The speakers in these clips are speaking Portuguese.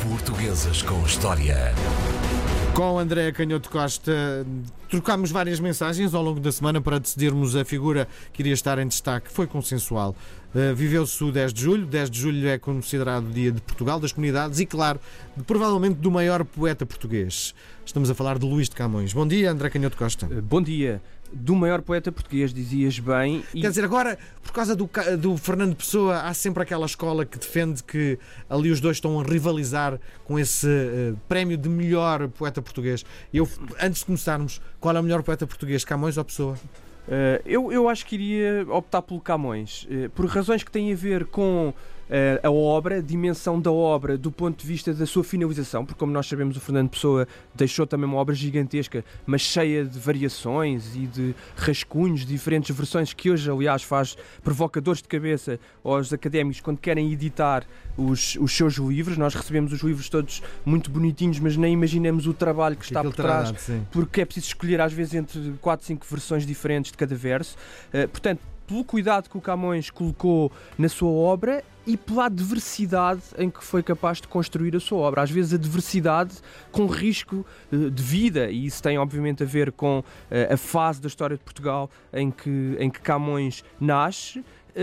Portuguesas com História. Com André Canhoto Costa, trocámos várias mensagens ao longo da semana para decidirmos a figura que iria estar em destaque. Foi consensual. Viveu-se o 10 de julho. 10 de julho é considerado o Dia de Portugal, das comunidades e, claro, provavelmente do maior poeta português. Estamos a falar de Luís de Camões. Bom dia, André Canhoto Costa. Bom dia. Do maior poeta português, dizias bem. Quer dizer, agora, por causa do Fernando Pessoa, há sempre aquela escola que defende que ali os dois estão a rivalizar com esse prémio de melhor poeta português. Antes de começarmos, qual é o melhor poeta português, Camões ou Pessoa? Eu acho que iria optar pelo Camões, por razões que têm a ver com a obra, a dimensão da obra do ponto de vista da sua finalização, porque, como nós sabemos, o Fernando Pessoa deixou também uma obra gigantesca, mas cheia de variações e de rascunhos, diferentes versões, que hoje, aliás, faz provocadores de cabeça aos académicos quando querem editar os seus livros. Nós recebemos os livros todos muito bonitinhos, mas nem imaginamos o trabalho que está por trás, porque é preciso escolher às vezes entre 4, 5 versões diferentes de cada verso. Portanto, pelo cuidado que o Camões colocou na sua obra e pela diversidade em que foi capaz de construir a sua obra. Às vezes a diversidade com risco de vida, e isso tem obviamente a ver com a fase da história de Portugal em que Camões nasce,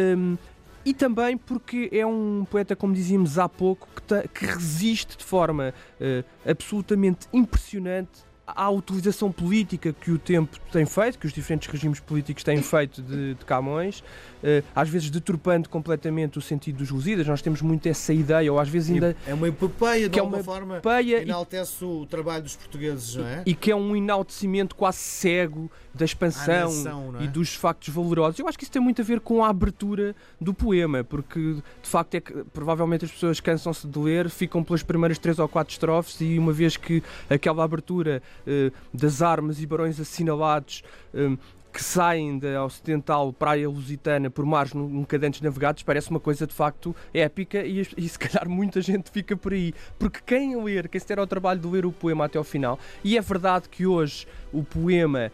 e também porque é um poeta, como dizíamos há pouco, que resiste de forma absolutamente impressionante à utilização política que o tempo tem feito, que os diferentes regimes políticos têm feito de Camões, às vezes deturpando completamente o sentido dos Lusíadas. Nós temos muito essa ideia, ou às vezes ainda... É uma epopeia, de alguma forma, enaltece o trabalho dos portugueses, não é? E que é um enaltecimento quase cego da expansão nação, e dos factos valorosos. Eu acho que isso tem muito a ver com a abertura do poema, porque de facto é que provavelmente as pessoas cansam-se de ler, ficam pelas primeiras 3 ou 4 estrofes, e uma vez que aquela abertura das armas e barões assinalados que saem da ocidental praia lusitana por mares nunca antes navegados, parece uma coisa de facto épica, e se calhar muita gente fica por aí, porque quem se der ao trabalho de ler o poema até ao final, e é verdade que hoje o poema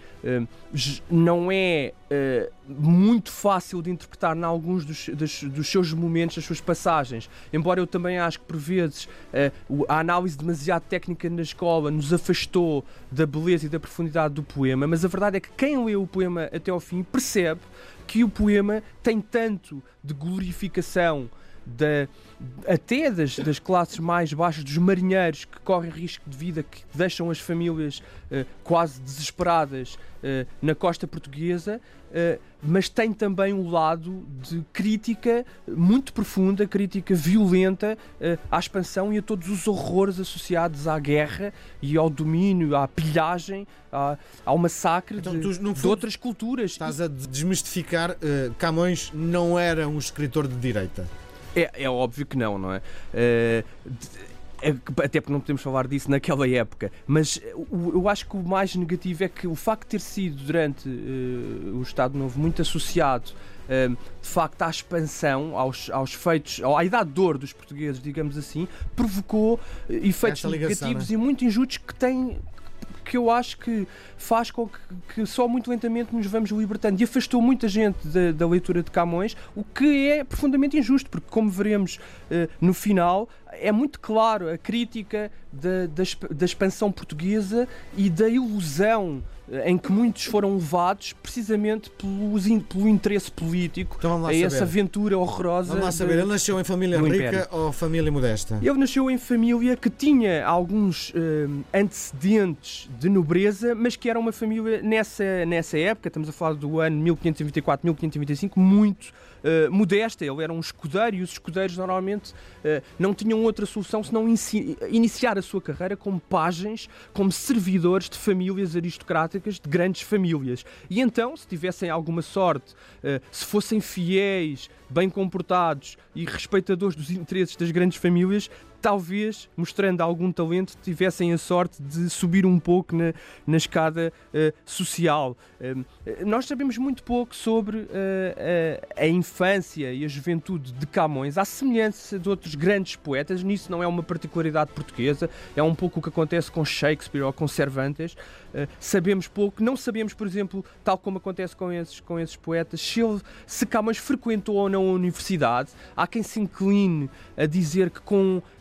não é muito fácil de interpretar em alguns dos seus momentos, das suas passagens, embora eu também acho que por vezes a análise demasiado técnica na escola nos afastou da beleza e da profundidade do poema, mas a verdade é que quem lê o poema até ao fim percebe que o poema tem tanto de glorificação até das classes mais baixas, dos marinheiros que correm risco de vida, que deixam as famílias quase desesperadas na costa portuguesa, mas tem também um lado de crítica muito profunda, crítica violenta à expansão e a todos os horrores associados à guerra e ao domínio, à pilhagem, ao massacre então, de outras culturas. Estás a desmistificar, Camões não era um escritor de direita. É óbvio que não é? Até porque não podemos falar disso naquela época, mas eu acho que o mais negativo é que o facto de ter sido durante o Estado Novo muito associado de facto à expansão, aos feitos, à idade de ouro dos portugueses, digamos assim, provocou efeitos negativos e muito injustos que eu acho que faz com que só muito lentamente nos vamos libertando, e afastou muita gente da leitura de Camões, o que é profundamente injusto, porque, como veremos no final, é muito claro a crítica da expansão portuguesa e da ilusão em que muitos foram levados precisamente pelo interesse político, então essa aventura horrorosa. Vamos lá saber, ele nasceu em família rica ou família modesta? Ele nasceu em família que tinha alguns antecedentes de nobreza, mas que era uma família nessa época, estamos a falar do ano 1524, 1525, muito modesta. Ele era um escudeiro, e os escudeiros normalmente não tinham outra solução senão iniciar a sua carreira como pajens, como servidores de famílias aristocráticas, de grandes famílias. E então, se tivessem alguma sorte, se fossem fiéis, bem comportados e respeitadores dos interesses das grandes famílias, talvez, mostrando algum talento, tivessem a sorte de subir um pouco na escada social. Nós sabemos muito pouco sobre a infância e a juventude de Camões, à semelhança de outros grandes poetas. Nisso não é uma particularidade portuguesa, é um pouco o que acontece com Shakespeare ou com Cervantes. Sabemos pouco, não sabemos, por exemplo, tal como acontece com esses poetas, se Camões frequentou ou não a universidade. Há quem se incline a dizer que com a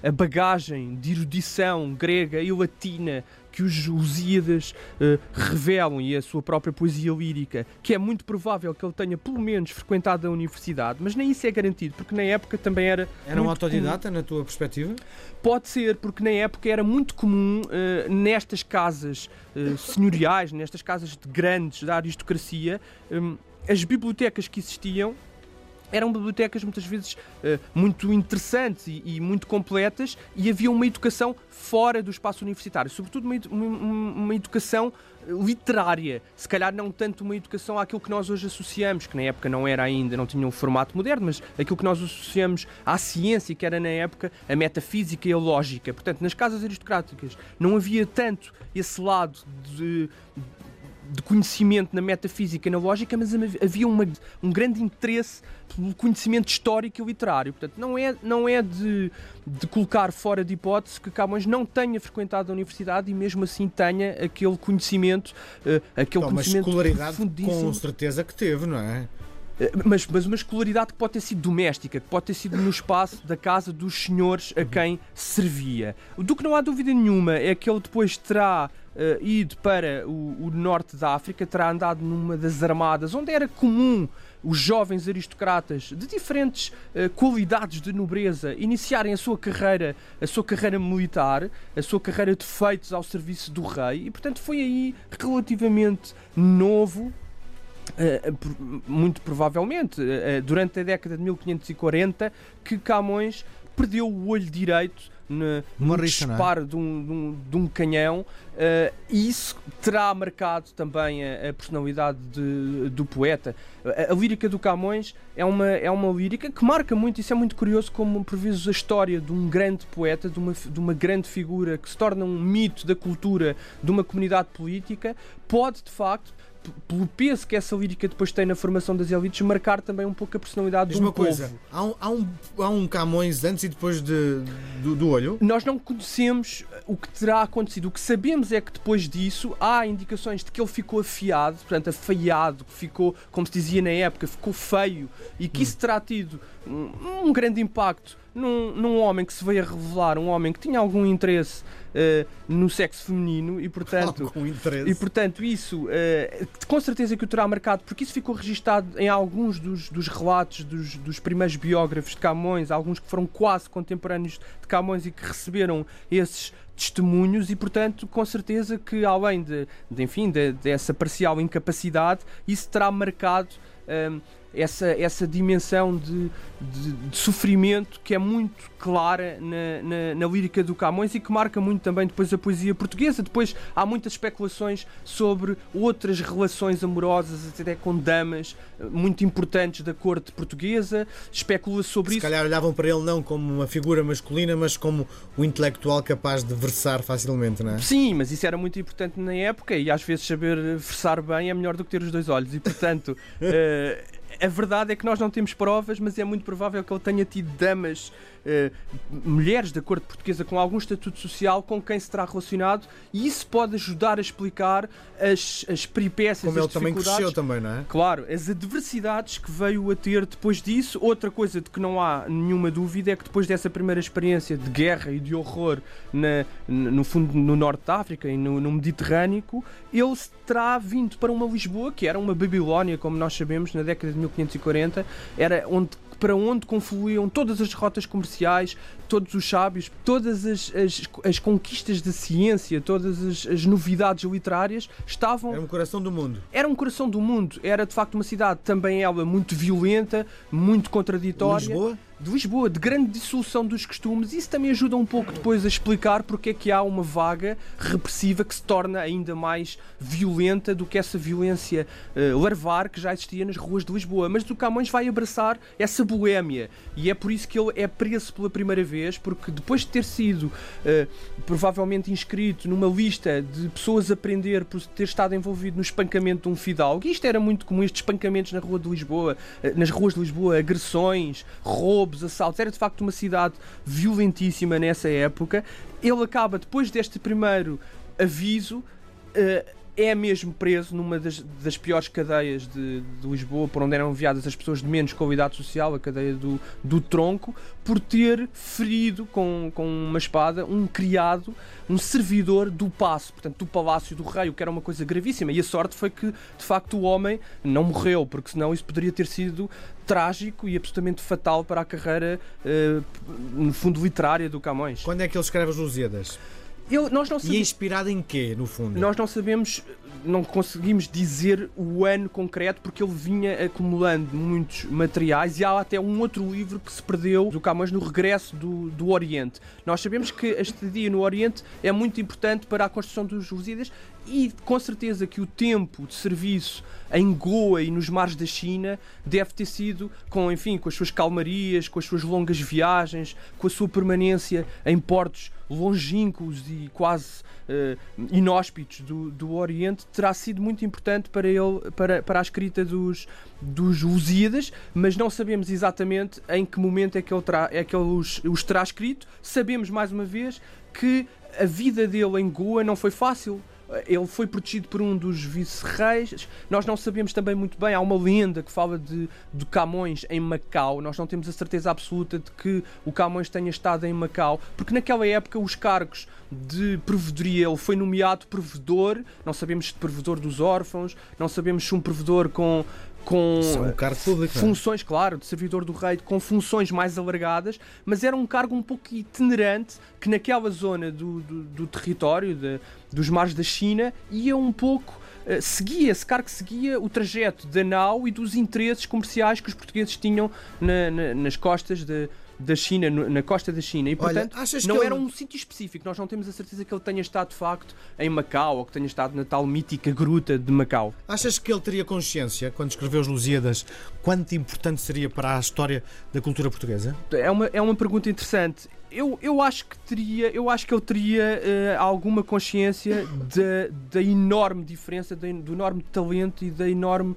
a bagagem de erudição grega e latina que os Lusíadas revelam, e a sua própria poesia lírica, que é muito provável que ele tenha pelo menos frequentado a universidade, mas nem isso é garantido, porque na época também era um autodidata, na tua perspectiva? Pode ser, porque na época era muito comum nestas casas senhoriais, nestas casas de grandes da aristocracia, as bibliotecas que existiam eram bibliotecas muitas vezes muito interessantes e muito completas, e havia uma educação fora do espaço universitário, sobretudo uma educação literária, se calhar não tanto uma educação àquilo que nós hoje associamos, que na época não era ainda, não tinha um formato moderno, mas aquilo que nós associamos à ciência, que era na época a metafísica e a lógica. Portanto, nas casas aristocráticas não havia tanto esse lado de conhecimento na metafísica e na lógica, mas havia um grande interesse pelo conhecimento histórico e literário. Portanto, não é de colocar fora de hipótese que Camões não tenha frequentado a universidade e mesmo assim tenha aquele conhecimento, uma escolaridade com certeza que teve, não é? Mas uma escolaridade que pode ter sido doméstica, que pode ter sido no espaço da casa dos senhores a quem servia. Do que não há dúvida nenhuma é que ele depois terá ido para o norte da África, terá andado numa das armadas, onde era comum os jovens aristocratas de diferentes qualidades de nobreza iniciarem a sua carreira militar, a sua carreira de feitos ao serviço do rei, e portanto foi aí relativamente novo. Muito provavelmente durante a década de 1540 que Camões perdeu o olho direito no disparo de um canhão, e isso terá marcado também a personalidade do poeta. A lírica do Camões é uma lírica que marca muito. Isso é muito curioso, como por vezes a história de um grande poeta, de uma grande figura que se torna um mito da cultura de uma comunidade política, pode de facto, pelo peso que essa lírica depois tem na formação das elites, marcar também um pouco a personalidade de um povo. Diz uma coisa, há um Camões antes e depois do olho? Nós não conhecemos o que terá acontecido. O que sabemos é que depois disso há indicações de que ele ficou afiado, portanto afeiado, que ficou, como se dizia na época, ficou feio, e que isso terá tido um grande impacto num homem que se veio a revelar, um homem que tinha algum interesse no sexo feminino, e portanto isso com certeza que o terá marcado, porque isso ficou registado em alguns dos relatos dos primeiros biógrafos de Camões, alguns que foram quase contemporâneos de Camões e que receberam esses testemunhos, e portanto com certeza que além dessa parcial incapacidade, isso terá marcado essa dimensão de sofrimento que é muito clara na lírica do Camões, e que marca muito também depois a poesia portuguesa. Depois há muitas especulações sobre outras relações amorosas, até com damas muito importantes da corte portuguesa. Especula sobre isso. Se calhar olhavam para ele não como uma figura masculina, mas como um intelectual capaz de versar facilmente, não é? Sim, mas isso era muito importante na época, e às vezes saber versar bem é melhor do que ter os dois olhos, e portanto a verdade é que nós não temos provas, mas é muito provável que ele tenha tido damas, mulheres da corte portuguesa com algum estatuto social com quem se terá relacionado, e isso pode ajudar a explicar as peripécias, como as ele também dificuldades. Cresceu também, não é? Claro, as adversidades que veio a ter depois disso. Outra coisa de que não há nenhuma dúvida é que depois dessa primeira experiência de guerra e de horror no fundo no norte da África e no Mediterrâneo, ele terá vindo para uma Lisboa que era uma Babilónia, como nós sabemos, na década de 1540, era para onde confluíam todas as rotas comerciais, todos os sábios, todas as conquistas da ciência, todas as novidades literárias estavam... Era um coração do mundo. Era um coração do mundo. Era de facto uma cidade também ela muito violenta, muito contraditória. Lisboa, de grande dissolução dos costumes. Isso também ajuda um pouco depois a explicar porque é que há uma vaga repressiva que se torna ainda mais violenta do que essa violência larvar que já existia nas ruas de Lisboa. Mas o Camões vai abraçar essa boémia, e é por isso que ele é preso pela primeira vez, porque depois de ter sido provavelmente inscrito numa lista de pessoas a prender por ter estado envolvido no espancamento de um fidalgo, e isto era muito comum, estes espancamentos nas ruas de Lisboa, agressões, roubos, assaltos, era de facto uma cidade violentíssima nessa época. Ele acaba, depois deste primeiro aviso, é mesmo preso numa das piores cadeias de Lisboa, por onde eram enviadas as pessoas de menos qualidade social, a cadeia do Tronco, por ter ferido com uma espada um criado, um servidor do Paço, portanto do Palácio do Rei, o que era uma coisa gravíssima. E a sorte foi que, de facto, o homem não morreu, porque senão isso poderia ter sido trágico e absolutamente fatal para a carreira, no fundo, literária do Camões. Quando é que ele escreve Os Lusíadas? Nós não E é inspirado em quê, no fundo? Nós não sabemos, não conseguimos dizer o ano concreto, porque ele vinha acumulando muitos materiais, e há até um outro livro que se perdeu do Camões no regresso do Oriente. Nós sabemos que a estadia no Oriente é muito importante para a construção dos Lusíadas, e com certeza que o tempo de serviço em Goa e nos mares da China deve ter sido com as suas calmarias, com as suas longas viagens, com a sua permanência em portos longínquos e quase inóspitos do Oriente, terá sido muito importante para ele, para a escrita dos Lusíadas, mas não sabemos exatamente em que momento é que ele os terá escrito. Sabemos, mais uma vez, que a vida dele em Goa não foi fácil. Ele foi protegido por um dos vice-reis. Nós não sabemos também muito bem. Há uma lenda que fala de Camões em Macau. Nós não temos a certeza absoluta de que o Camões tenha estado em Macau, porque naquela época os cargos de provedoria, ele foi nomeado provedor. Não sabemos se provedor dos órfãos, não sabemos se um provedor com um cargo público, funções, claro, de servidor do rei, com funções mais alargadas, mas era um cargo um pouco itinerante, que naquela zona do território dos mares da China ia um pouco, esse cargo seguia o trajeto da nau e dos interesses comerciais que os portugueses tinham nas costas da China, na costa da China, e portanto não era um sítio específico. Nós não temos a certeza que ele tenha estado de facto em Macau, ou que tenha estado na tal mítica gruta de Macau. Achas que ele teria consciência, quando escreveu Os Lusíadas, quanto importante seria para a história da cultura portuguesa? É uma pergunta interessante. Eu acho que ele teria alguma consciência da enorme diferença, do enorme talento e da enorme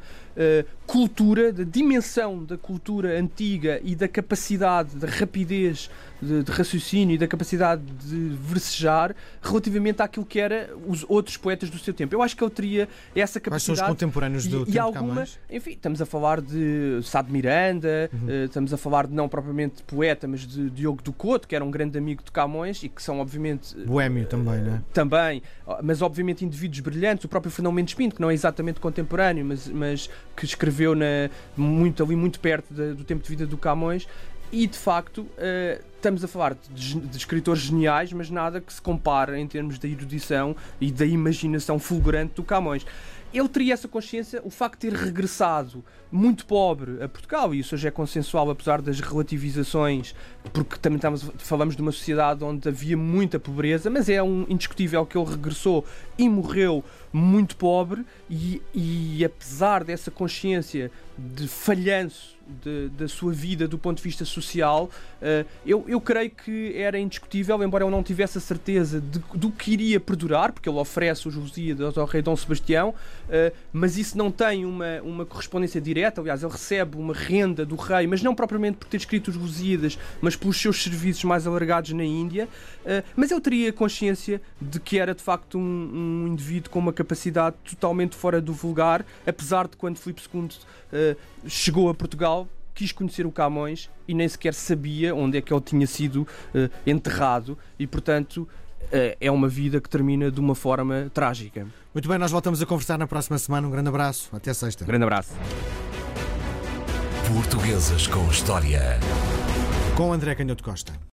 cultura, da dimensão da cultura antiga e da capacidade, da rapidez de raciocínio e da capacidade de versejar relativamente àquilo que era os outros poetas do seu tempo. Eu acho que ele teria essa capacidade. Quais são os contemporâneos do tempo de Camões? Enfim, estamos a falar de Sá de Miranda, estamos a falar de não propriamente poeta, mas de Diogo do Couto, que era um grande amigo de Camões e que são obviamente... Boémio também, não é? Também, mas obviamente indivíduos brilhantes. O próprio Fernão Mendes Pinto, que não é exatamente contemporâneo, mas que escreveu muito perto do tempo de vida do Camões. E de facto estamos a falar de escritores geniais, mas nada que se compare em termos de erudição e da imaginação fulgurante do Camões. Ele teria essa consciência, o facto de ter regressado muito pobre a Portugal, e isso hoje é consensual apesar das relativizações, porque também falamos de uma sociedade onde havia muita pobreza, mas é indiscutível que ele regressou e morreu muito pobre, e apesar dessa consciência de falhanço da sua vida do ponto de vista social, eu creio que era indiscutível, embora eu não tivesse a certeza do que iria perdurar, porque ele oferece os Lusíadas ao rei Dom Sebastião, mas isso não tem uma correspondência direta. Aliás, ele recebe uma renda do rei, mas não propriamente por ter escrito os Lusíadas, mas pelos seus serviços mais alargados na Índia. Mas eu teria consciência de que era de facto um indivíduo com uma capacidade totalmente fora do vulgar, apesar de quando Filipe II chegou a Portugal, quis conhecer o Camões e nem sequer sabia onde é que ele tinha sido enterrado, e portanto é uma vida que termina de uma forma trágica. Muito bem, nós voltamos a conversar na próxima semana. Um grande abraço, até sexta. Um grande abraço. Portuguesas com História, com André Canhoto Costa.